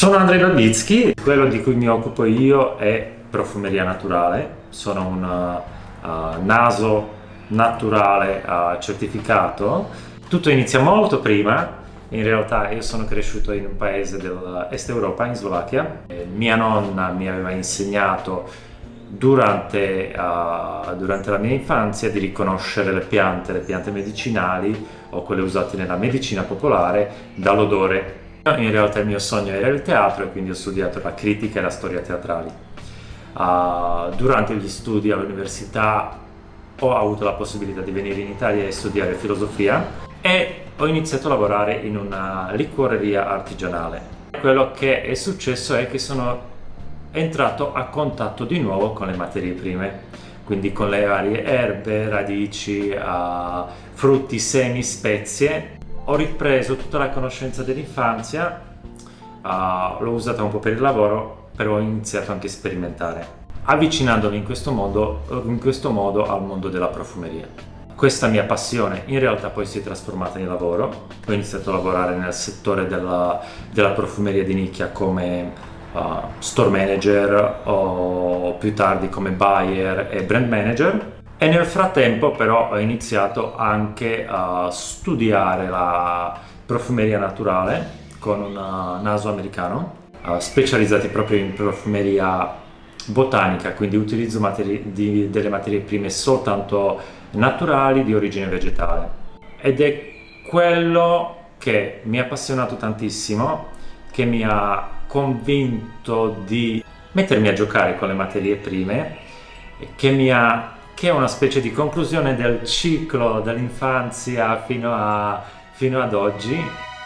Sono Andrej Babitsky, quello di cui mi occupo io è profumeria naturale, sono un naso naturale certificato. Tutto inizia molto prima, in realtà io sono cresciuto in un paese dell'Est Europa, in Slovacchia. Mia nonna mi aveva insegnato durante la mia infanzia di riconoscere le piante medicinali o quelle usate nella medicina popolare dall'odore. In realtà il mio sogno era il teatro e quindi ho studiato la critica e la storia teatrali. Durante gli studi all'università ho avuto la possibilità di venire in Italia e studiare filosofia e ho iniziato a lavorare in una liquoreria artigianale. Quello che è successo è che sono entrato a contatto di nuovo con le materie prime, quindi con le varie erbe, radici, frutti, semi, spezie. Ho ripreso tutta la conoscenza dell'infanzia, l'ho usata un po' per il lavoro, però ho iniziato anche a sperimentare, avvicinandomi in questo modo al mondo della profumeria. Questa mia passione in realtà poi si è trasformata in lavoro. Ho iniziato a lavorare nel settore della profumeria di nicchia come store manager o più tardi come buyer e brand manager. E nel frattempo però ho iniziato anche a studiare la profumeria naturale con un naso americano, specializzati proprio in profumeria botanica, quindi utilizzo delle materie prime soltanto naturali di origine vegetale. Ed è quello che mi ha appassionato tantissimo, che mi ha convinto di mettermi a giocare con le materie prime, che è una specie di conclusione del ciclo dall'infanzia fino ad oggi.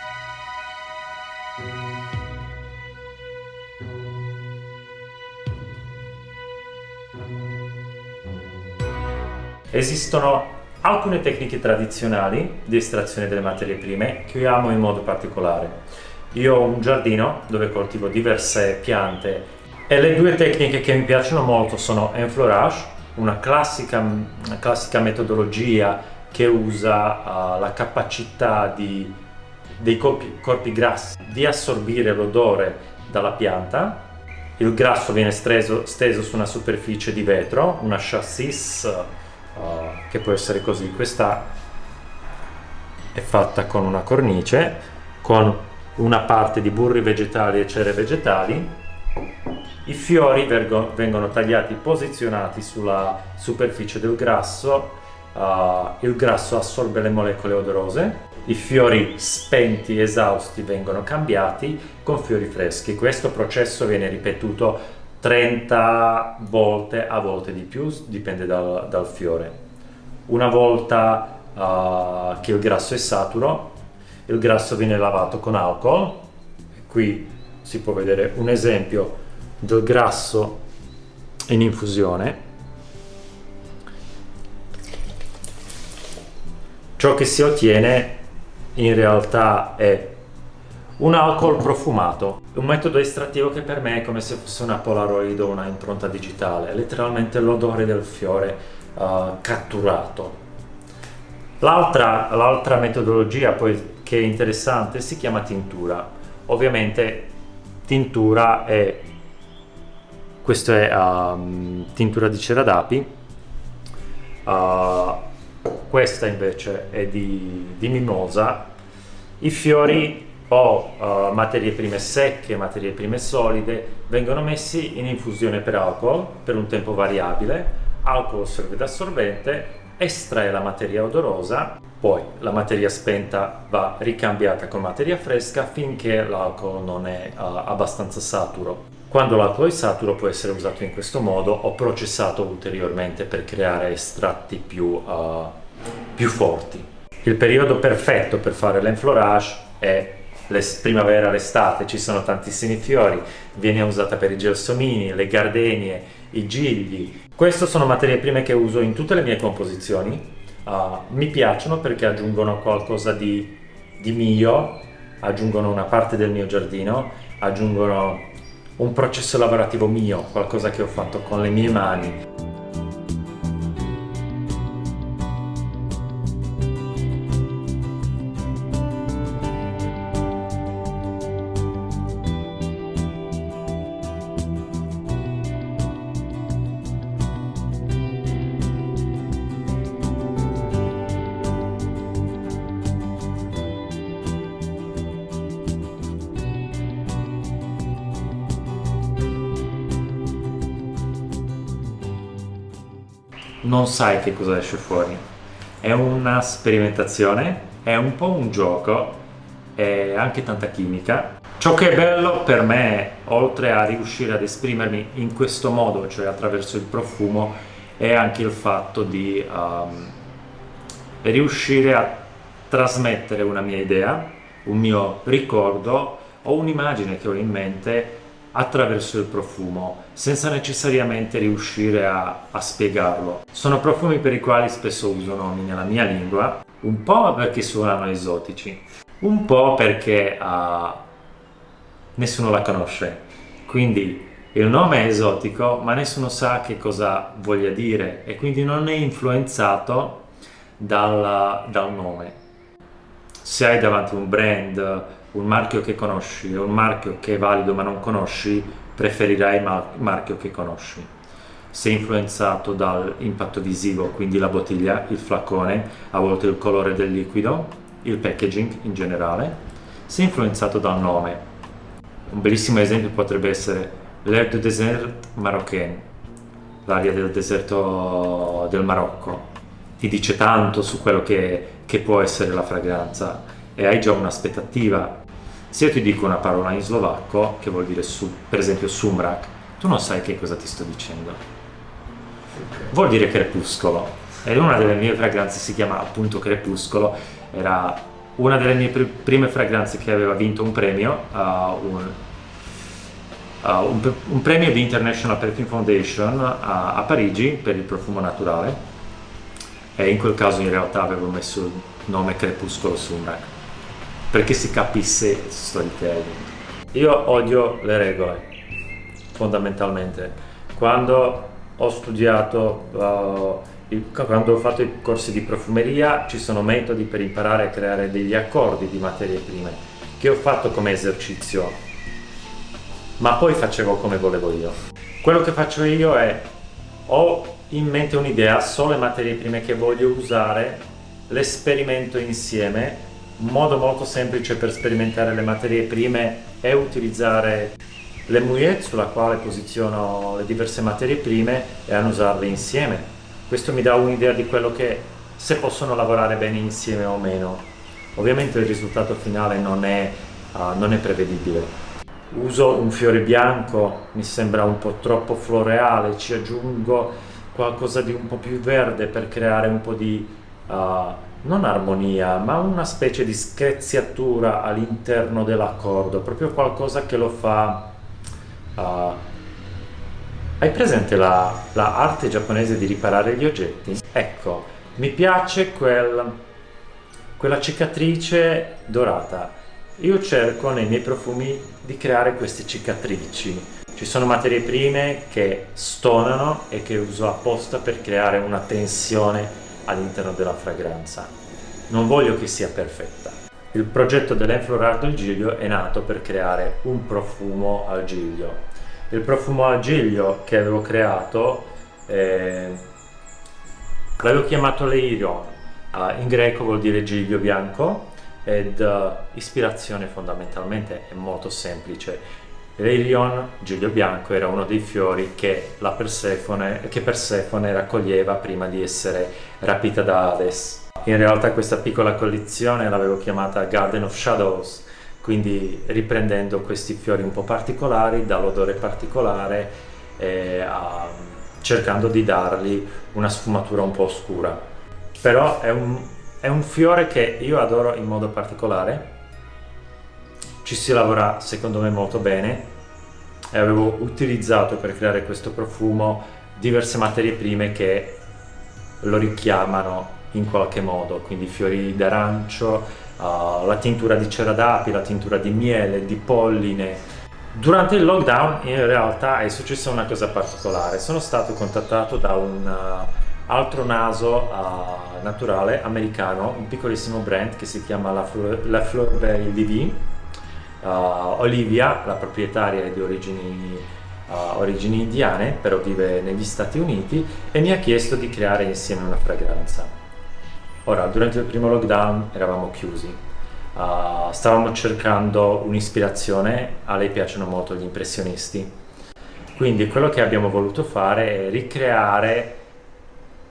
Esistono alcune tecniche tradizionali di estrazione delle materie prime che io amo in modo particolare. Io ho un giardino dove coltivo diverse piante e le due tecniche che mi piacciono molto sono enfleurage, una classica metodologia che usa la capacità dei corpi grassi di assorbire l'odore dalla pianta. Il grasso viene steso su una superficie di vetro, una chassis che può essere così. Questa è fatta con una cornice, con una parte di burri vegetali e cere vegetali. I fiori vengono tagliati, posizionati sulla superficie del grasso. Il grasso assorbe le molecole odorose. I fiori spenti, esausti, vengono cambiati con fiori freschi. Questo processo viene ripetuto 30 volte, a volte di più, dipende dal fiore. Una volta che il grasso è saturo, il grasso viene lavato con alcol. Qui si può vedere un esempio del grasso in infusione. Ciò che si ottiene in realtà è un alcol profumato, un metodo estrattivo che per me è come se fosse una Polaroid o una impronta digitale, letteralmente l'odore del fiore catturato. L'altra metodologia poi che è interessante si chiama tintura. Ovviamente tintura è tintura di cera d'api, questa invece è di mimosa. I fiori o materie prime secche, materie prime solide vengono messi in infusione per alcol per un tempo variabile. Alcol serve da assorbente, estrae la materia odorosa, poi la materia spenta va ricambiata con materia fresca finché l'alcol non è abbastanza saturo. Quando l'alcol è saturo può essere usato in questo modo o processato ulteriormente per creare estratti più forti. Il periodo perfetto per fare l'enfleurage è primavera, l'estate, ci sono tantissimi fiori, viene usata per i gelsomini, le gardenie, i gigli. Queste sono materie prime che uso in tutte le mie composizioni. Mi piacciono perché aggiungono qualcosa di mio, aggiungono una parte del mio giardino, aggiungono un processo lavorativo mio, qualcosa che ho fatto con le mie mani. non sai che cosa esce fuori. È una sperimentazione, è un po' un gioco, è anche tanta chimica. Ciò che è bello per me, oltre a riuscire ad esprimermi in questo modo, cioè attraverso il profumo, è anche il fatto di riuscire a trasmettere una mia idea, un mio ricordo o un'immagine che ho in mente attraverso il profumo, senza necessariamente riuscire a spiegarlo. Sono profumi per i quali spesso uso nomi nella mia lingua, un po' perché suonano esotici, un po' perché nessuno la conosce. Quindi il nome è esotico, ma nessuno sa che cosa voglia dire e quindi non è influenzato dal nome. Se hai davanti un brand, un marchio che conosci e un marchio che è valido ma non conosci, preferirai il marchio che conosci. Se influenzato dall'impatto visivo, quindi la bottiglia, il flacone, a volte il colore del liquido, il packaging in generale, se influenzato dal nome. Un bellissimo esempio potrebbe essere l'air du désert marocain, l'aria del deserto del Marocco. Ti dice tanto su quello che può essere la fragranza e hai già un'aspettativa. Se io ti dico una parola in slovacco, che vuol dire per esempio sumrak, tu non sai che cosa ti sto dicendo. Vuol dire crepuscolo. E una delle mie fragranze si chiama appunto Crepuscolo. Era una delle mie prime fragranze che aveva vinto un premio, un premio di International Perfume Foundation a Parigi per il profumo naturale. E in quel caso in realtà avevo messo il nome Crepuscolo Sumrak perché si capisse il storytelling. Io odio le regole, fondamentalmente. Quando ho studiato, quando ho fatto i corsi di profumeria, ci sono metodi per imparare a creare degli accordi di materie prime che ho fatto come esercizio, ma poi facevo come volevo io. Quello che faccio io è ho in mente un'idea, so le materie prime che voglio usare, le sperimento insieme. Un modo molto semplice per sperimentare le materie prime è utilizzare le mouillette sulla quale posiziono le diverse materie prime e annusarle insieme. Questo mi dà un'idea di quello che se possono lavorare bene insieme o meno. Ovviamente il risultato finale non è prevedibile. Uso un fiore bianco, mi sembra un po' troppo floreale, ci aggiungo qualcosa di un po' più verde per creare un po' di non armonia, ma una specie di screziatura all'interno dell'accordo, proprio qualcosa che lo fa. Hai presente la arte giapponese di riparare gli oggetti? Ecco, mi piace quella cicatrice dorata. Io cerco nei miei profumi di creare queste cicatrici. Ci sono materie prime che stonano e che uso apposta per creare una tensione all'interno della fragranza. Non voglio che sia perfetta. Il progetto dell'Enflorare del Giglio è nato per creare un profumo al giglio. Il profumo al giglio che avevo creato l'avevo chiamato Leirion. In greco vuol dire giglio bianco ed ispirazione fondamentalmente è molto semplice. Leirion, giglio bianco, era uno dei fiori che Persefone raccoglieva prima di essere rapita da Hades. In realtà questa piccola collezione l'avevo chiamata Garden of Shadows, quindi riprendendo questi fiori un po' particolari, dall'odore particolare, cercando di dargli una sfumatura un po' oscura. Però è un fiore che io adoro in modo particolare. Ci si lavora secondo me molto bene e avevo utilizzato per creare questo profumo diverse materie prime che lo richiamano in qualche modo, quindi fiori d'arancio, la tintura di cera d'api, la tintura di miele, di polline. Durante il lockdown in realtà è successa una cosa particolare, sono stato contattato da un altro naso naturale americano, un piccolissimo brand che si chiama La Fleur Bay Livy. Olivia, la proprietaria è di origini indiane, però vive negli Stati Uniti e mi ha chiesto di creare insieme una fragranza. Ora, durante il primo lockdown eravamo chiusi, stavamo cercando un'ispirazione, a lei piacciono molto gli impressionisti, quindi quello che abbiamo voluto fare è ricreare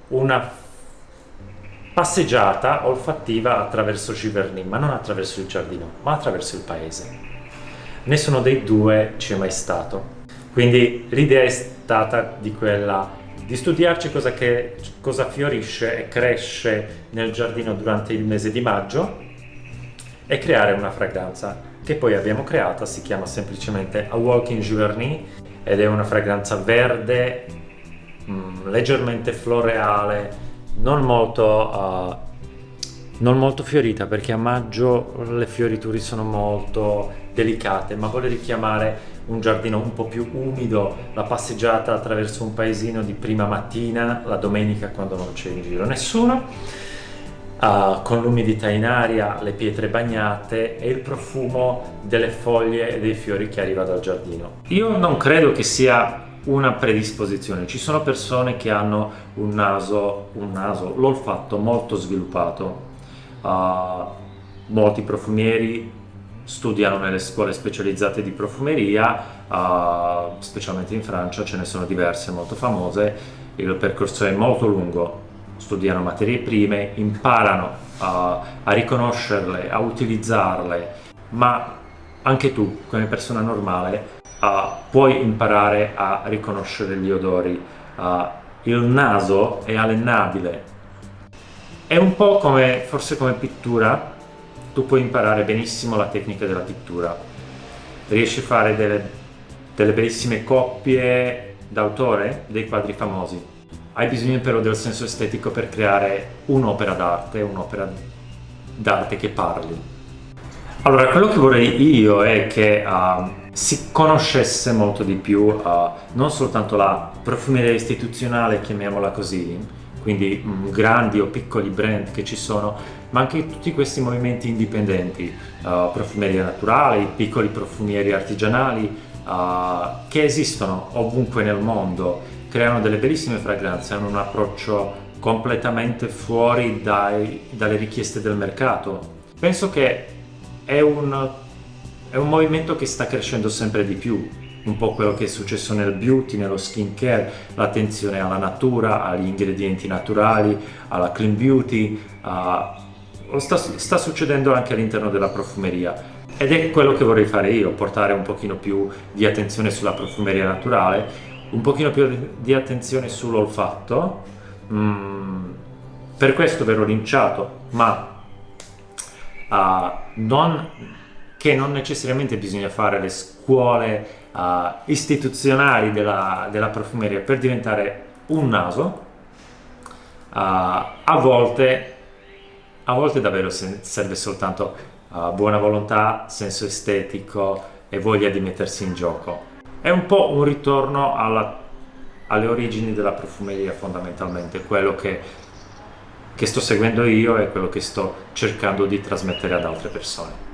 una passeggiata olfattiva attraverso Giverny, ma non attraverso il giardino, ma attraverso il paese. Nessuno dei due ci è mai stato. Quindi l'idea è stata di studiarci cosa fiorisce e cresce nel giardino durante il mese di maggio e creare una fragranza che poi abbiamo creata. Si chiama semplicemente A Walk in Giverny ed è una fragranza verde, leggermente floreale, non molto fiorita, perché a maggio le fioriture sono molto delicate, ma vuole richiamare un giardino un po' più umido, la passeggiata attraverso un paesino di prima mattina, la domenica quando non c'è in giro nessuno, con l'umidità in aria, le pietre bagnate e il profumo delle foglie e dei fiori che arriva dal giardino. Io non credo che sia una predisposizione, ci sono persone che hanno un naso, l'olfatto molto sviluppato. Molti profumieri studiano nelle scuole specializzate di profumeria, specialmente in Francia ce ne sono diverse molto famose. Il percorso è molto lungo, studiano materie prime, imparano a riconoscerle, a utilizzarle, ma anche tu come persona normale puoi imparare a riconoscere gli odori. Il naso è allenabile, è un po' forse come pittura. Tu puoi imparare benissimo la tecnica della pittura, riesci a fare delle bellissime coppie d'autore, dei quadri famosi. Hai bisogno però del senso estetico per creare un'opera d'arte che parli. Allora, quello che vorrei io è che si conoscesse molto di più non soltanto la profumeria istituzionale, chiamiamola così, quindi grandi o piccoli brand che ci sono, ma anche tutti questi movimenti indipendenti, profumeria naturale, piccoli profumieri artigianali che esistono ovunque nel mondo, creano delle bellissime fragranze, hanno un approccio completamente fuori dalle richieste del mercato. Penso che è un movimento che sta crescendo sempre di più, un po' quello che è successo nel beauty, nello skincare, l'attenzione alla natura, agli ingredienti naturali, alla clean beauty, sta succedendo anche all'interno della profumeria, ed è quello che vorrei fare io, portare un pochino più di attenzione sulla profumeria naturale, un pochino più di attenzione sull'olfatto. Per questo verrò linciato, ma non necessariamente bisogna fare le scuole istituzionali della profumeria per diventare un naso. A volte davvero serve soltanto buona volontà, senso estetico e voglia di mettersi in gioco. È un po' un ritorno alle origini della profumeria, fondamentalmente quello che sto seguendo io e quello che sto cercando di trasmettere ad altre persone.